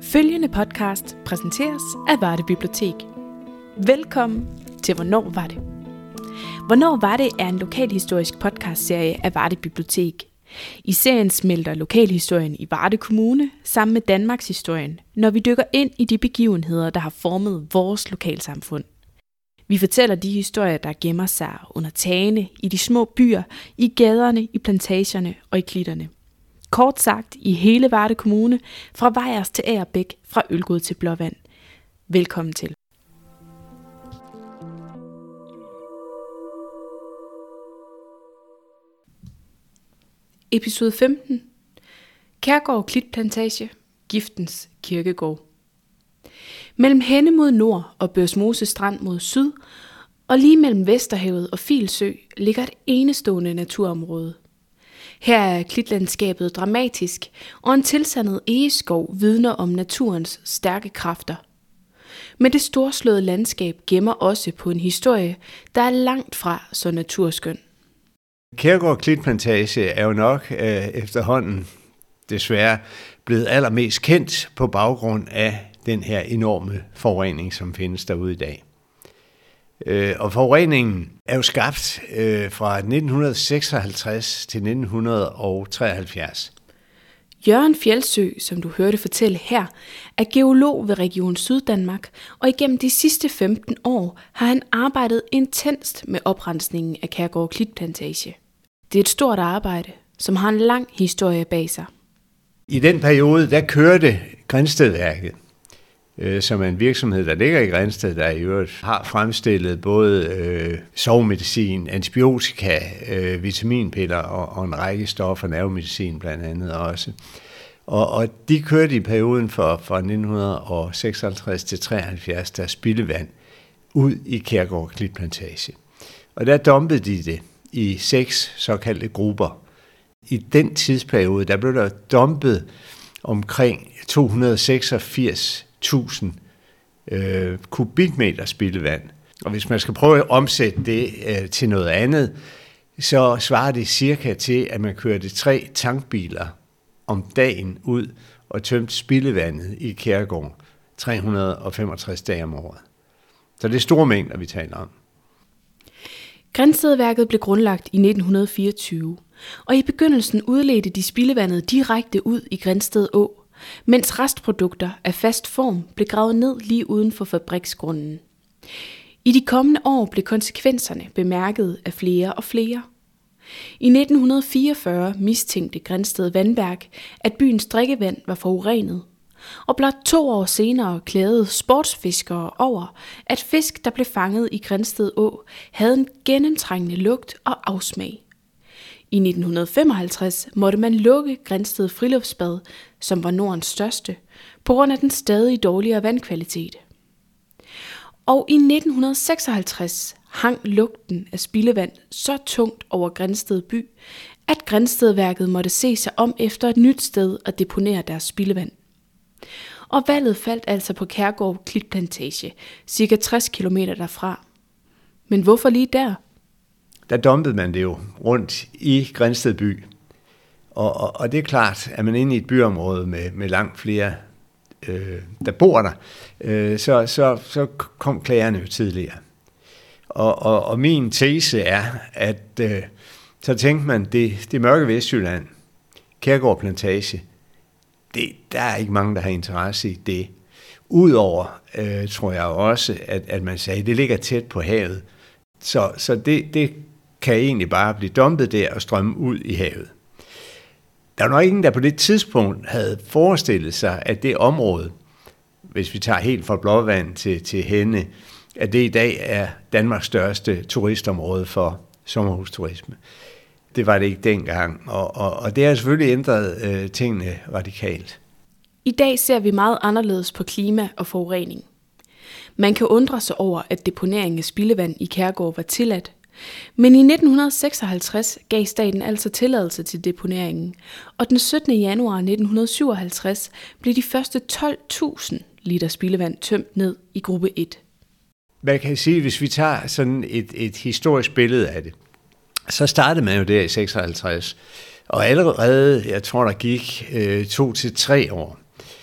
Følgende podcast præsenteres af Varde Bibliotek. Velkommen til Hvornår var det? Hvornår var det er en lokalhistorisk podcastserie af Varde Bibliotek. I serien smelter lokalhistorien i Varde Kommune sammen med Danmarks historien, når vi dykker ind i de begivenheder, der har formet vores lokalsamfund. Vi fortæller de historier, der gemmer sig under tagene, i de små byer, i gaderne, i plantagerne og i klitterne. Kort sagt i hele Varde Kommune, fra Vejers til Agerbæk, fra Ølgod til Blåvand. Velkommen til. Episode 15. Kærgård Klitplantage, Giftens Kirkegård. Mellem Henne mod nord og Børsmose Strand mod syd, og lige mellem Vesterhavet og Filsø, ligger et enestående naturområde. Her er klitlandskabet dramatisk, og en tilsandet egeskov vidner om naturens stærke kræfter. Men det storslåede landskab gemmer også på en historie, der er langt fra så naturskøn. Kærgård Klitplantage er jo nok efterhånden desværre blevet allermest kendt på baggrund af den her enorme forurening, som findes derude i dag. Og forureningen er jo skabt fra 1956 til 1973. Jørgen Fjeldsø, som du hørte fortælle her, er geolog ved Region Syddanmark, og igennem de sidste 15 år har han arbejdet intenst med oprensningen af Kærgård Klitplantage. Det er et stort arbejde, som har en lang historie bag sig. I den periode, der kørte Grindstedværket, som er en virksomhed, der ligger i Grindsted, der i øvrigt har fremstillet både sovemedicin, antibiotika, vitaminpiller og en række stoffer, nervemedicin blandt andet også. Og de kørte i perioden fra 1956 til 73 der spildevand ud i Kærgård Klitplantage. Og der dumpede de det i 6 såkaldte grupper. I den tidsperiode, der blev der dumpet omkring 286.000 kubikmeter spildevand. Og hvis man skal prøve at omsætte det til noget andet, så svarer det cirka til, at man kørte 3 tankbiler om dagen ud og tømte spildevandet i Kærgård 365 dage om året. Så det er store mængder, vi taler om. Grindstedværket blev grundlagt i 1924, og i begyndelsen udledte de spildevandet direkte ud i Grindsted Å, mens restprodukter af fast form blev gravet ned lige uden for fabriksgrunden. I de kommende år blev konsekvenserne bemærket af flere og flere. I 1944 mistænkte Grindsted Vandværk, at byens drikkevand var forurenet, og blot 2 år senere klagede sportsfiskere over, at fisk, der blev fanget i Grindsted Å, havde en gennemtrængende lugt og afsmag. I 1955 måtte man lukke Grindsted Friluftsbad, som var Nordens største, på grund af den stadig dårligere vandkvalitet. Og i 1956 hang lugten af spildevand så tungt over Grindsted by, at Grindstedværket måtte se sig om efter et nyt sted at deponere deres spildevand. Og valget faldt altså på Kærgård Klitplantage, cirka 60 km derfra. Men hvorfor lige der? Der dumpede man det jo rundt i Grindsted by. Og det er klart, at man inde i et byområde med langt flere, der bor der, så kom klagerne jo tidligere. Og min tese er, at så tænkte man, det mørke Vestjylland, Kærgård Plantage, der er ikke mange, der har interesse i det. Udover, tror jeg også, at man sagde, at det ligger tæt på havet. Så det kan egentlig bare blive dumpet der og strømme ud i havet. Der var nok ingen, der på det tidspunkt havde forestillet sig, at det område, hvis vi tager helt fra Blåvand til Henne, at det i dag er Danmarks største turistområde for sommerhusturisme. Det var det ikke dengang, og det har selvfølgelig ændret tingene radikalt. I dag ser vi meget anderledes på klima og forurening. Man kan undre sig over, at deponering af spildevand i Kærgård var tilladt, men i 1956 gav staten altså tilladelse til deponeringen, og den 17. januar 1957 blev de første 12.000 liter spildevand tømt ned i gruppe 1. Man kan sige, hvis vi tager sådan et historisk billede af det, så startede man jo der i 56, og allerede, jeg tror der gik 2 til 3 år,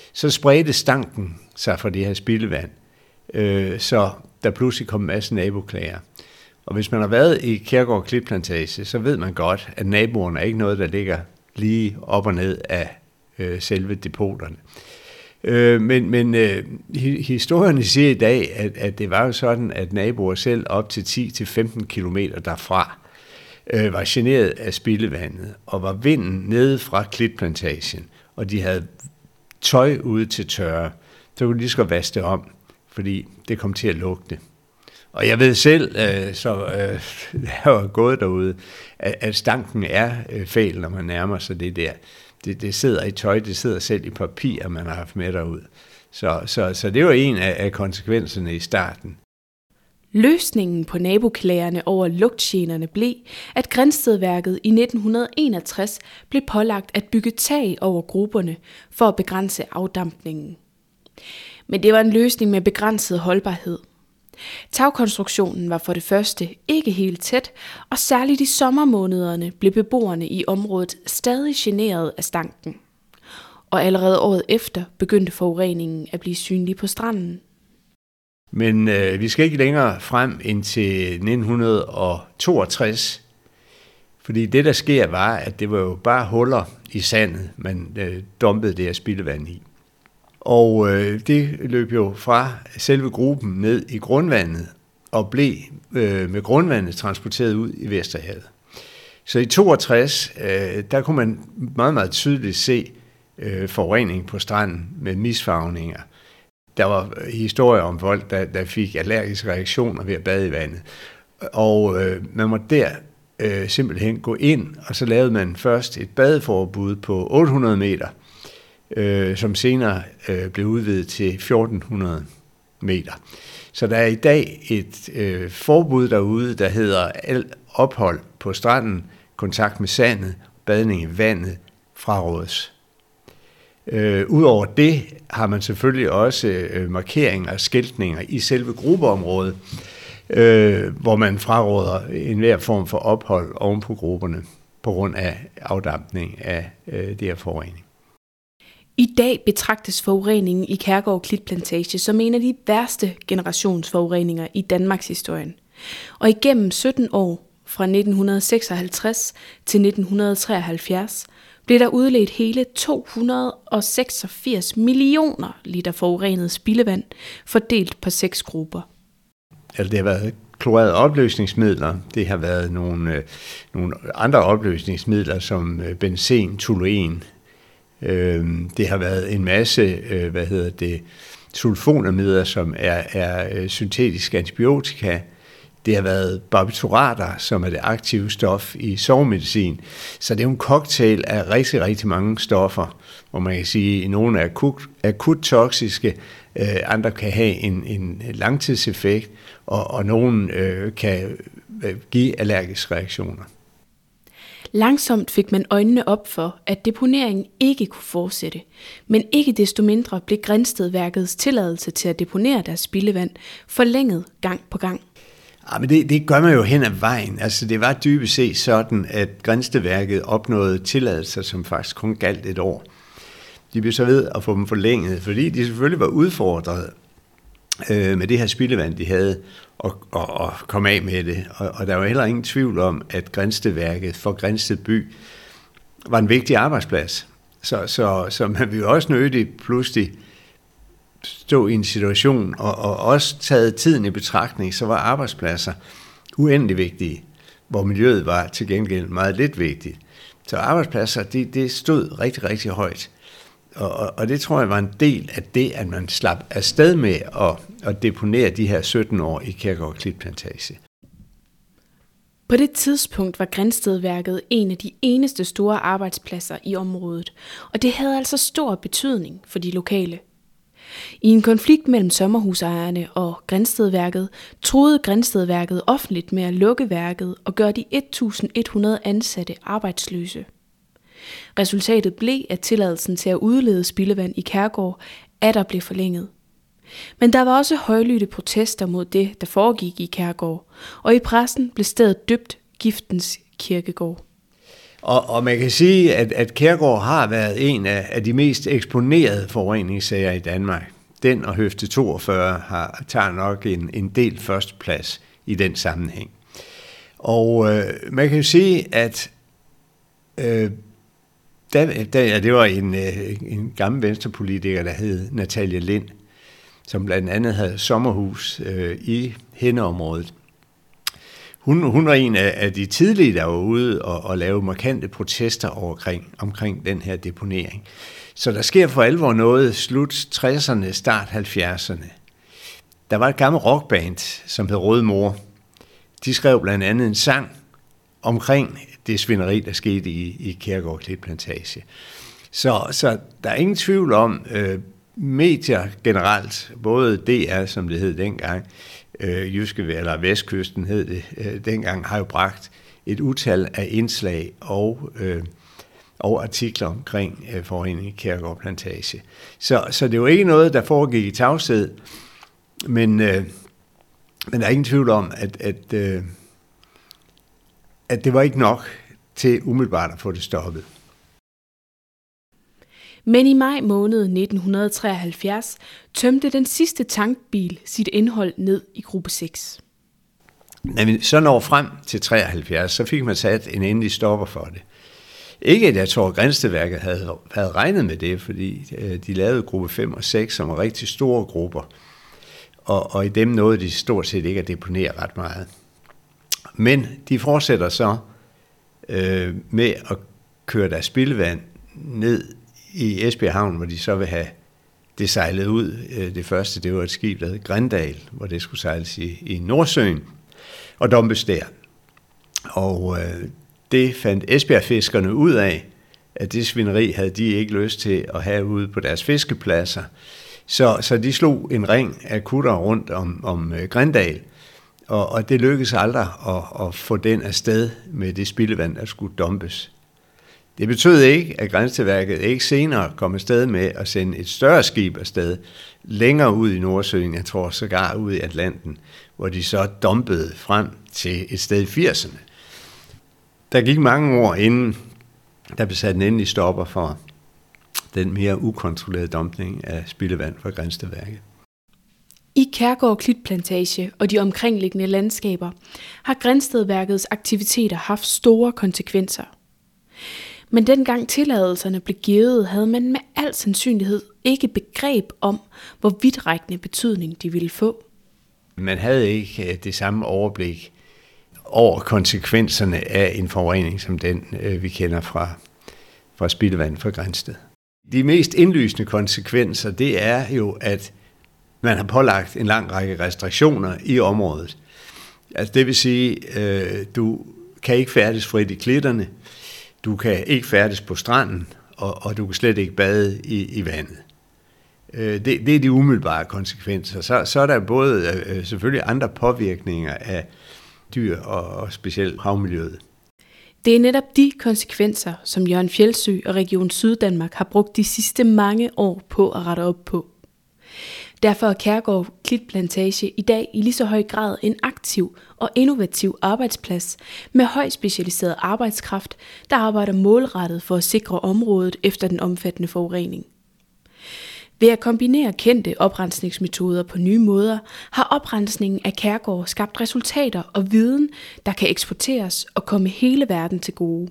så spredte stanken sig fra det her spildevand, så der pludselig kom en masse naboklager. Og hvis man har været i Kærgård Klitplantage, så ved man godt, at naboerne er ikke noget, der ligger lige op og ned af selve depoterne. Men historierne siger i dag, at det var jo sådan, at naboer selv op til 10-15 kilometer derfra var generet af spildevandet, og var vinden nede fra klitplantagen, og de havde tøj ude til tørre, så kunne de lige så godt vaske det om, fordi det kom til at lugte. Og jeg ved selv, jeg har gået derude, at stanken er fæl, når man nærmer sig det der. Det sidder i tøj, det sidder selv i papir, man har haft med derud. Så det var en af konsekvenserne i starten. Løsningen på naboklagerne over lugtgenerne blev, at Grindstedværket i 1961 blev pålagt at bygge tag over gruberne for at begrænse afdampningen. Men det var en løsning med begrænset holdbarhed. Tagkonstruktionen var for det første ikke helt tæt, og særligt i sommermånederne blev beboerne i området stadig generet af stanken. Og allerede året efter begyndte forureningen at blive synlig på stranden. Men vi skal ikke længere frem ind til 1962, fordi det der sker var, at det var jo bare huller i sandet, man dumpede det her spildevand i. Og det løb jo fra selve gruben ned i grundvandet og blev med grundvandet transporteret ud i Vesterhavet. Så i 62, der kunne man meget, meget tydeligt se forurening på stranden med misfarvninger. Der var historier om folk, der fik allergiske reaktioner ved at bade i vandet. Og man måtte der simpelthen gå ind, og så lavede man først et badeforbud på 800 meter, som senere blev udvidet til 1400 meter. Så der er i dag et forbud derude, der hedder alt ophold på stranden, kontakt med sandet, badning i vandet, frarådes. Udover det har man selvfølgelig også markeringer og skiltninger i selve gruppeområdet, hvor man fraråder enhver form for ophold oven på grupperne på grund af afdampning af det her forurening. I dag betragtes forureningen i Kærgård Klitplantage som en af de værste generationsforureninger i Danmarks historien. Og igennem 17 år, fra 1956 til 1973, blev der udledt hele 286 millioner liter forurenet spildevand, fordelt på 6 grupper. Altså det har været klorerede opløsningsmidler, det har været nogle andre opløsningsmidler som benzen, toluen. Det har været en masse, sulfonamider, som er syntetiske antibiotika. Det har været barbiturater, som er det aktive stof i sovemedicin. Så det er en cocktail af rigtig, rigtig mange stoffer, hvor man kan sige, at nogle er akut toksiske, andre kan have en langtidseffekt, og nogle kan give allergiske reaktioner. Langsomt fik man øjnene op for, at deponeringen ikke kunne fortsætte, men ikke desto mindre blev Grindstedværkets tilladelse til at deponere deres spildevand forlænget gang på gang. Ja, men det gør man jo hen ad vejen. Altså det var dybest set sådan, at Grindstedværket opnåede tilladelser, som faktisk kun galt et år. De blev så ved at få dem forlænget, fordi de selvfølgelig var udfordret med det her spildevand, de havde, og kom af med det. Og der var heller ingen tvivl om, at Grindstedværket for Grindsted by var en vigtig arbejdsplads. Så man ville også nødigt pludselig stå i en situation, og også taget tiden i betragtning, så var arbejdspladser uendelig vigtige, hvor miljøet var til gengæld meget lidt vigtigt. Så arbejdspladser, det stod rigtig, rigtig højt. Og det tror jeg var en del af det, at man slap afsted med at deponere de her 17 år i Kærgård Klitplantage. På det tidspunkt var Grindstedværket en af de eneste store arbejdspladser i området, og det havde altså stor betydning for de lokale. I en konflikt mellem sommerhusejerne og Grindstedværket truede Grindstedværket offentligt med at lukke værket og gøre de 1100 ansatte arbejdsløse. Resultatet blev, at tilladelsen til at udlede spildevand i Kærgård atter blev forlænget. Men der var også højlydte protester mod det, der foregik i Kærgård, og i pressen blev stedet døbt Giftens Kirkegård. Og man kan sige, at Kærgård har været en af de mest eksponerede forureningssager i Danmark. Den og Høfde 42 tager nok en del førsteplads i den sammenhæng. Og man kan jo sige, at det var en gammel venstrepolitiker, der hed Natalie Lind, som blandt andet havde sommerhus i Henneområdet. Hun var en af de tidlige, der var ude og lave markante protester omkring den her deponering. Så der sker for alvor noget slut 60'erne, start 70'erne. Der var et gammelt rockband, som hed Røde Mor. De skrev blandt andet en sang omkring det svineri, der skete i Kærgård Klitplantage. Så der er ingen tvivl om, medier generelt, både DR, som det hed dengang, Jyske eller Vestkysten hed det dengang, har jo bragt et utal af indslag og artikler omkring forurening i Kærgård Plantage. Så det er jo ikke noget, der foregik i tavshed, men der er ingen tvivl om, at det var ikke nok til umiddelbart at få det stoppet. Men i maj måned 1973 tømte den sidste tankbil sit indhold ned i gruppe 6. Når vi så når frem til 73, så fik man sat en endelig stopper for det. Ikke at jeg tror, at Grindstedværket havde regnet med det, fordi de lavede gruppe 5 og 6, som var rigtig store grupper, og i dem nåede de stort set ikke at deponere ret meget. Men de fortsætter så med at køre deres spildevand ned i Esbjerg Havn, hvor de så vil have det sejlet ud. Det første, det var et skib, der hed Grindal, hvor det skulle sejles i Nordsøen og dumpes der. Og det fandt Esbjerg-fiskerne ud af, at det svineri havde de ikke lyst til at have ude på deres fiskepladser. Så de slog en ring af kutter rundt om Grindal, og det lykkedes aldrig at få den afsted med det spildevand, der skulle dumpes. Det betød ikke, at Grindstedværket ikke senere kom afsted med at sende et større skib afsted længere ud i Nordsøen, jeg tror sågar ud i Atlanten, hvor de så dumpede frem til et sted i 80'erne. Der gik mange år inden, der blev sat en endelig stopper for den mere ukontrollerede dumpning af spildevand fra Grindstedværket. I Kærgård Klitplantage og de omkringliggende landskaber har Grindstedværkets aktiviteter haft store konsekvenser. Men dengang tilladelserne blev givet, havde man med al sandsynlighed ikke begreb om, hvor vidtrækkende betydning de ville få. Man havde ikke det samme overblik over konsekvenserne af en forurening som den, vi kender fra spildevand fra Grindsted. De mest indlysende konsekvenser, det er jo, at man har pålagt en lang række restriktioner i området. Altså det vil sige, du kan ikke færdes frit i klitterne, du kan ikke færdes på stranden, og du kan slet ikke bade i vandet. Det er de umiddelbare konsekvenser. Så er der både selvfølgelig andre påvirkninger af dyr og specielt havmiljøet. Det er netop de konsekvenser, som Jørgen Fjeldsø og Region Syddanmark har brugt de sidste mange år på at rette op på. Derfor er Kærgård Klitplantage i dag i lige så høj grad en aktiv og innovativ arbejdsplads med højt specialiseret arbejdskraft, der arbejder målrettet for at sikre området efter den omfattende forurening. Ved at kombinere kendte oprensningsmetoder på nye måder, har oprensningen af Kærgård skabt resultater og viden, der kan eksporteres og komme hele verden til gode.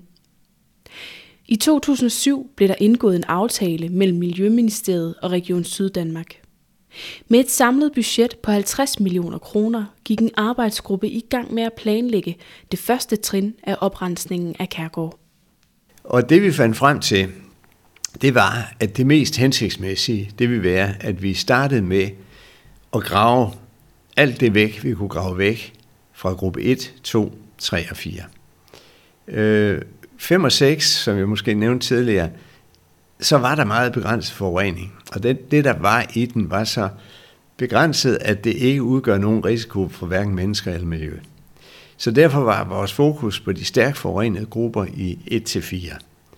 I 2007 blev der indgået en aftale mellem Miljøministeriet og Region Syddanmark. Med et samlet budget på 50 millioner kroner gik en arbejdsgruppe i gang med at planlægge det første trin af oprensningen af Kærgård. Og det vi fandt frem til, det var, at det mest hensigtsmæssige, det ville være, at vi startede med at grave alt det væk, vi kunne grave væk fra gruppe 1, 2, 3 og 4. 5 og 6, som jeg måske nævnte tidligere, så var der meget begrænset forurening. Og det, der var i den, var så begrænset, at det ikke udgør nogen risiko for hverken mennesker eller miljø. Så derfor var vores fokus på de stærkt forurenede grupper i 1-4.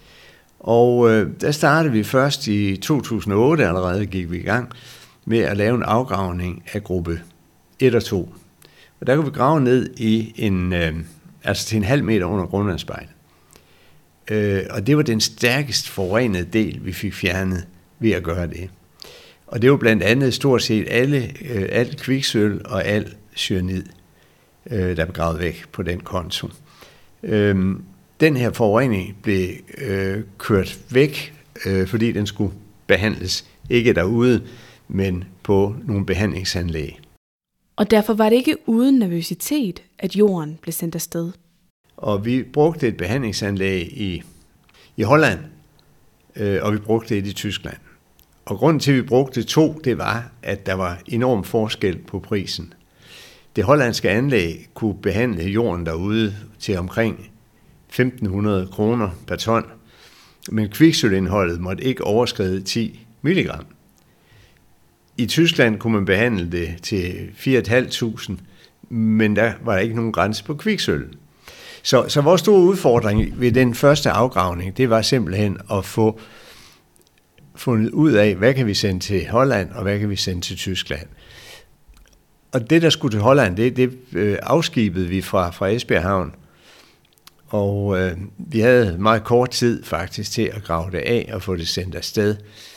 Og der startede vi først i 2008, allerede gik vi i gang med at lave en afgravning af gruppe 1 og 2. Og der kunne vi grave ned i til en halv meter under grundvandsspejlet. Og det var den stærkest forurenede del, vi fik fjernet ved at gøre det. Og det var blandt andet stort set alt kviksølv og alt cyanid, der blev gravet væk på den konto. Den her forurening blev kørt væk, fordi den skulle behandles ikke derude, men på nogle behandlingsanlæg. Og derfor var det ikke uden nervøsitet, at jorden blev sendt afsted. Og vi brugte et behandlingsanlæg i Holland, og vi brugte et i Tyskland. Og grunden til, at vi brugte 2, det var, at der var enorm forskel på prisen. Det hollandske anlæg kunne behandle jorden derude til omkring 1.500 kroner per ton, men kviksølvindholdet måtte ikke overskride 10 milligram. I Tyskland kunne man behandle det til 4.500, men der var ikke nogen grænse på kviksølv. Så vores store udfordring ved den første afgravning, det var simpelthen at få fundet ud af, hvad kan vi sende til Holland, og hvad kan vi sende til Tyskland. Og det, der skulle til Holland, det afskibede vi fra Esbjerg Havn. Og vi havde meget kort tid faktisk til at grave det af og få det sendt afsted.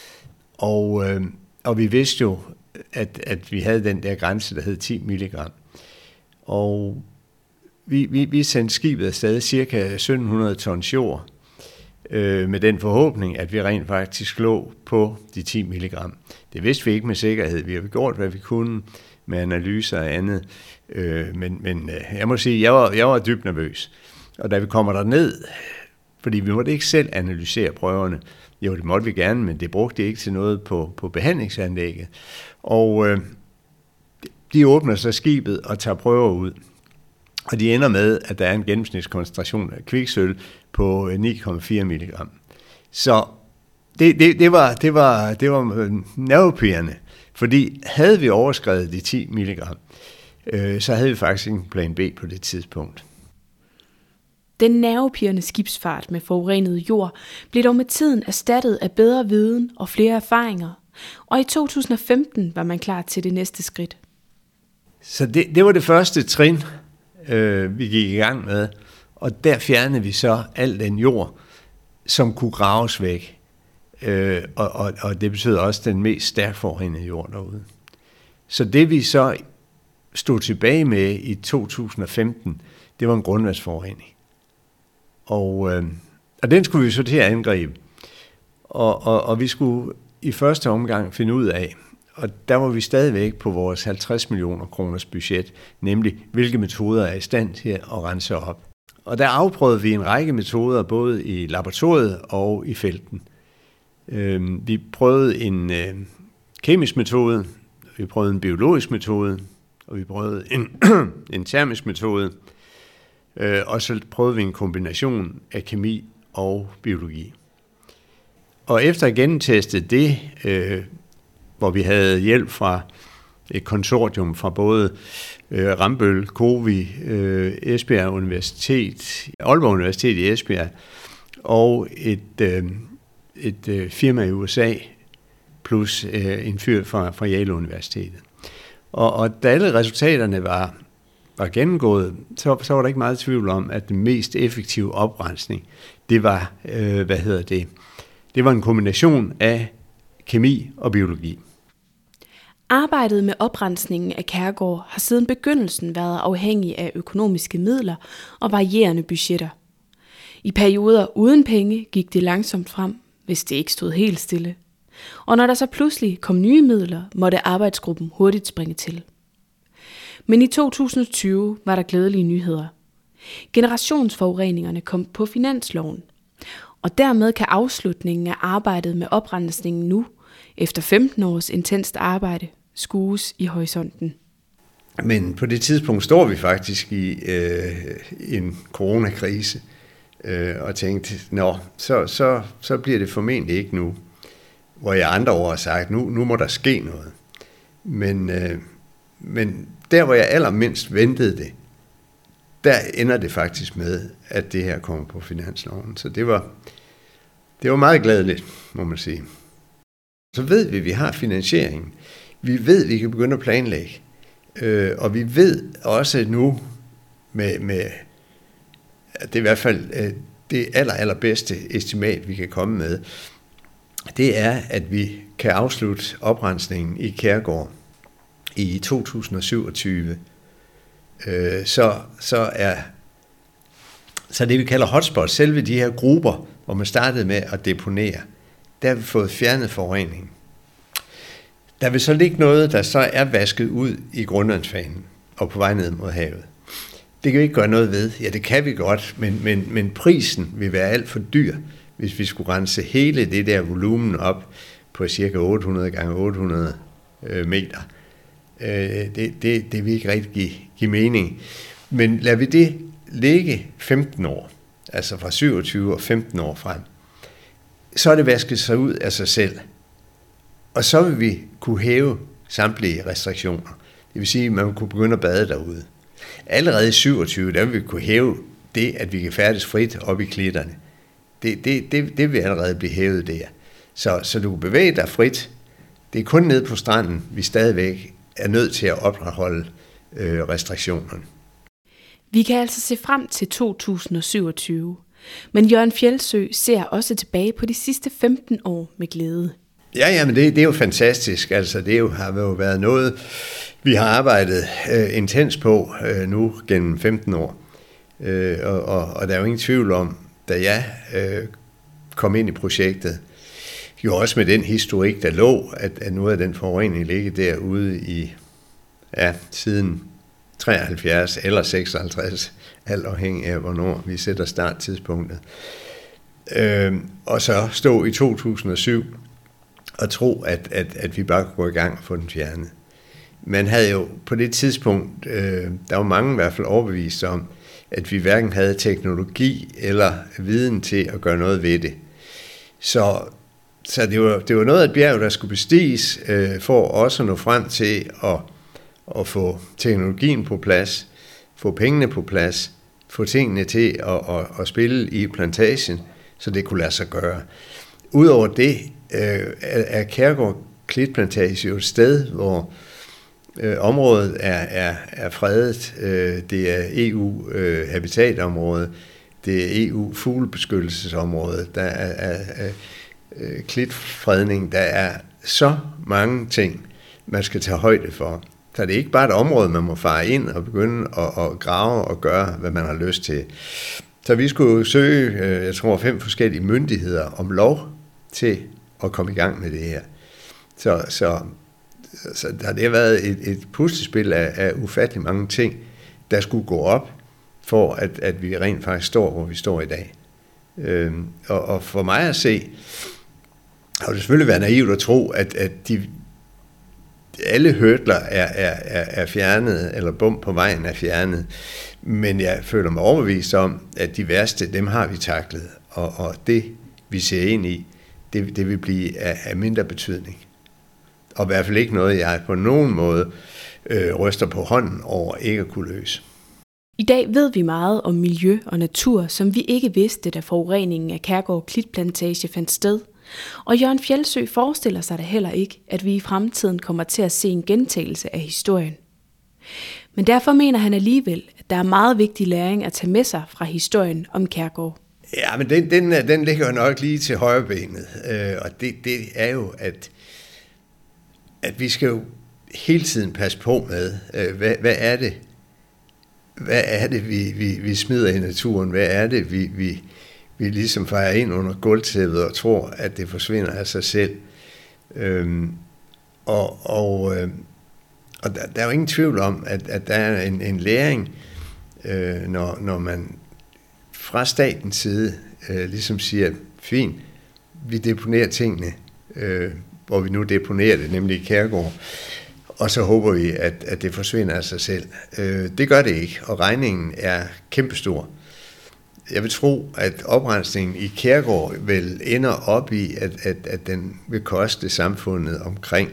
Og vi vidste jo, at vi havde den der grænse, der hed 10 milligram. Og vi sendte skibet afsted cirka 1.700 tons jord, med den forhåbning, at vi rent faktisk lå på de 10 milligram. Det vidste vi ikke med sikkerhed. Vi har gjort, hvad vi kunne med analyser og andet. Men jeg må sige, jeg var dybt nervøs. Og da vi kommer derned, fordi vi måtte ikke selv analysere prøverne, jo, det måtte vi gerne, men det brugte ikke til noget på behandlingsanlægget. Og de åbner så skibet og tager prøver ud. Og de ender med, at der er en gennemsnitskoncentration af kviksølv på 9,4 milligram. Så det var nervepirrende, fordi havde vi overskredet de 10 milligram, så havde vi faktisk en plan B på det tidspunkt. Den nervepirrende skibsfart med forurenet jord blev dog med tiden erstattet af bedre viden og flere erfaringer, og i 2015 var man klar til det næste skridt. Så det var det første trin, vi gik i gang med, og der fjernede vi så al den jord, som kunne graves væk, og det betød også den mest stærkt forurenede jord derude. Så det vi så stod tilbage med i 2015, det var en grundvandsforurening. Og den skulle vi så til at angribe. Og vi skulle i første omgang finde ud af, og der var vi stadigvæk på vores 50 millioner kroners budget, nemlig hvilke metoder er i stand til at rense op. Og der afprøvede vi en række metoder, både i laboratoriet og i felten. Vi prøvede en kemisk metode, vi prøvede en biologisk metode, og vi prøvede en termisk metode, og så prøvede vi en kombination af kemi og biologi. Og efter at gennemteste det, hvor vi havde hjælp fra et konsortium fra både Rambøll, COWI, Esbjerg Universitet, Aalborg Universitet i Esbjerg, og et firma i USA, plus en fyr fra Yale Universitetet. Og da alle resultaterne var gennemgået, så var der ikke meget tvivl om, at den mest effektive oprensning, det var, det var en kombination af kemi og biologi. Arbejdet med oprensningen af Kærgård har siden begyndelsen været afhængig af økonomiske midler og varierende budgetter. I perioder uden penge gik det langsomt frem, hvis det ikke stod helt stille. Og når der så pludselig kom nye midler, måtte arbejdsgruppen hurtigt springe til. Men i 2020 var der glædelige nyheder. Generationsforureningerne kom på finansloven, og dermed kan afslutningen af arbejdet med oprensningen nu, efter 15 års intenst arbejde, skues i horisonten. Men på det tidspunkt står vi faktisk i en coronakrise, og tænkte, så bliver det formentlig ikke nu, hvor jeg andre år har sagt, nu må der ske noget. Men der, hvor jeg allermindst ventede det, der ender det faktisk med, at det her kommer på finansloven. Så det var meget glædeligt, må man sige. Så ved vi, at vi har finansieringen. Vi ved, at vi kan begynde at planlægge. Og vi ved også nu, med det er i hvert fald det allerbedste estimat, vi kan komme med, det er, at vi kan afslutte oprensningen i Kærgård i 2027. Så det, vi kalder hotspots, selve de her grupper, hvor man startede med at deponere, der har vi fået fjernet forureningen. Der vil så ligge noget, der så er vasket ud i grundvandsfanen og på vej ned mod havet. Det kan vi ikke gøre noget ved. Ja, det kan vi godt, men prisen vil være alt for dyr, hvis vi skulle rense hele det der volumen op på cirka 800 gange 800 meter. Det vil ikke rigtig give mening. Men lad vi det ligge 15 år, altså fra 27 og 15 år frem, så er det vasket sig ud af sig selv. Og så vil vi kunne hæve samtlige restriktioner. Det vil sige, at man kunne begynde at bade derude. Allerede i 27, der vil vi kunne hæve det, at vi kan færdes frit op i klitterne. Det vil allerede blive hævet der. Så du kan bevæge dig frit. Det er kun nede på stranden, vi stadigvæk er nødt til at opretholde restriktionerne. Vi kan altså se frem til 2027. Men Jørgen Fjeldsø ser også tilbage på de sidste 15 år med glæde. Ja, men det er jo fantastisk. Altså, har jo været noget, vi har arbejdet intens på nu gennem 15 år. Og der er jo ingen tvivl om, da jeg kom ind i projektet, jo også med den historik, der lå, at noget af den forurening ligger derude i, siden 73 eller 56, alt afhængig af, hvornår vi sætter starttidspunktet. Og så stå i 2007 og tro, at vi bare kunne gå i gang og få den fjernet. Man havde jo på det tidspunkt, der var mange i hvert fald overbevist om, at vi hverken havde teknologi eller viden til at gøre noget ved det. Så det var noget af et bjerg, der skulle bestiges for også at nå frem til at få teknologien på plads, få pengene på plads, få tingene til at spille i plantagen, så det kunne lade sig gøre. Udover det er Kærgård Klitplantage jo et sted, hvor området er fredet. Det er EU-habitatområde, det er EU-fuglebeskyttelsesområde, der er klitfredning, der er så mange ting, man skal tage højde for. Så det er ikke bare et område, man må fare ind og begynde at grave og gøre, hvad man har lyst til. Så vi skulle søge, jeg tror, 5 forskellige myndigheder om lov til at komme i gang med det her. Så der har det været et puslespil af ufattelig mange ting, der skulle gå op, for at vi rent faktisk står, hvor vi står i dag. Og for mig at se, har det selvfølgelig været naivt at tro, at alle hurdler er fjernet, eller bump på vejen er fjernet. Men jeg føler mig overbevist om, at de værste, dem har vi taklet. Og det, vi ser ind i, det vil blive af mindre betydning. Og i hvert fald ikke noget, jeg på nogen måde ryster på hånden over ikke at kunne løse. I dag ved vi meget om miljø og natur, som vi ikke vidste, da forureningen af Kærgård Klitplantage fandt sted. Og Jørgen Fjeldsø forestiller sig da heller ikke, at vi i fremtiden kommer til at se en gentagelse af historien. Men derfor mener han alligevel, at der er meget vigtig læring at tage med sig fra historien om Kærgård. Ja, men den ligger jo nok lige til højrebenet. Og det er jo, at vi skal jo hele tiden passe på med, hvad er det, vi smider i naturen? Hvad er det, vi ligesom fejrer ind under gulvtæppet og tror, at det forsvinder af sig selv? Og der er jo ingen tvivl om, at der er en læring, når man fra statens side ligesom siger, fint, vi deponerer tingene, hvor vi nu deponerer det, nemlig i Kærgård, og så håber vi, at det forsvinder af sig selv. Det gør det ikke, og regningen er kæmpestor. Jeg vil tro, at oprensningen i Kærgård vel ender op i, at den vil koste samfundet omkring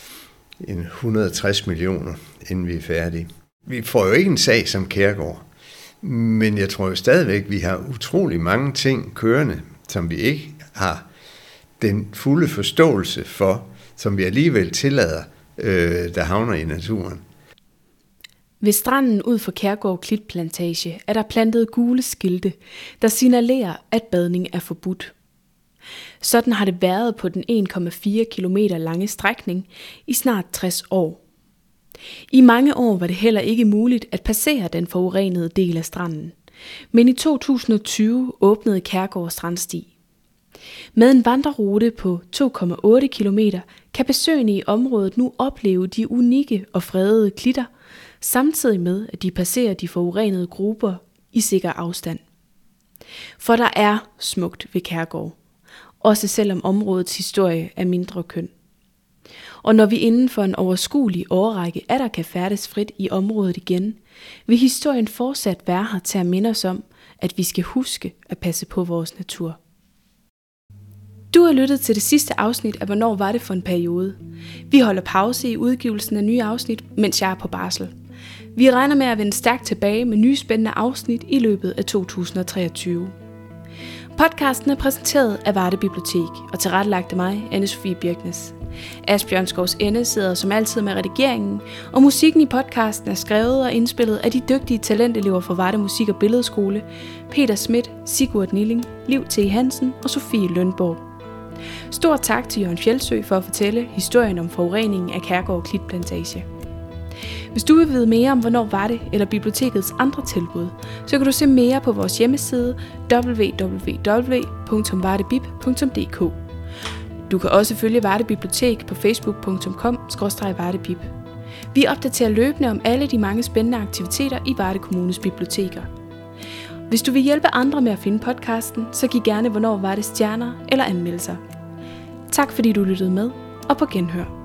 160 millioner, inden vi er færdige. Vi får jo ikke en sag som Kærgård, men jeg tror jo stadigvæk, vi har utrolig mange ting kørende, som vi ikke har den fulde forståelse for, som vi alligevel tillader, der havner i naturen. Ved stranden ud for Kærgård Klitplantage er der plantet gule skilte, der signalerer, at badning er forbudt. Sådan har det været på den 1,4 kilometer lange strækning i snart 60 år. I mange år var det heller ikke muligt at passere den forurenede del af stranden, men i 2020 åbnede Kærgård Strandsti. Med en vandrerute på 2,8 kilometer kan besøgende i området nu opleve de unikke og fredede klitter, samtidig med at de passerer de forurenede grupper i sikker afstand. For der er smukt ved Kærgård, også selvom områdets historie er mindre køn. Og når vi inden for en overskuelig årrække atter kan færdes frit i området igen, vil historien fortsat være her til at minde os om, at vi skal huske at passe på vores natur. Du har lyttet til det sidste afsnit af Hvornår var det for en periode. Vi holder pause i udgivelsen af nye afsnit, mens jeg er på barsel. Vi regner med at vende stærkt tilbage med nye spændende afsnit i løbet af 2023. Podcasten er præsenteret af Varde Bibliotek og tilrettelagt af mig, Anne-Sophie Birknes. Asbjørn Skovs Ende sidder som altid med redigeringen, og musikken i podcasten er skrevet og indspillet af de dygtige talentelever fra Varde Musik- og Billedskole, Peter Schmidt, Sigurd Nilling, Liv T. Hansen og Sofie Lønborg. Stor tak til Jørgen Fjeldsø for at fortælle historien om forureningen af Kærgård Klitplantage. Hvis du vil vide mere om, hvornår var det, eller bibliotekets andre tilbud, så kan du se mere på vores hjemmeside www.vardebib.dk. Du kan også følge Varde Bibliotek på facebook.com/vardebib. Vi opdaterer løbende om alle de mange spændende aktiviteter i Varde Kommunes biblioteker. Hvis du vil hjælpe andre med at finde podcasten, så giv gerne Hvornår var det stjerner eller anmeldelser. Tak fordi du lyttede med, og på genhør.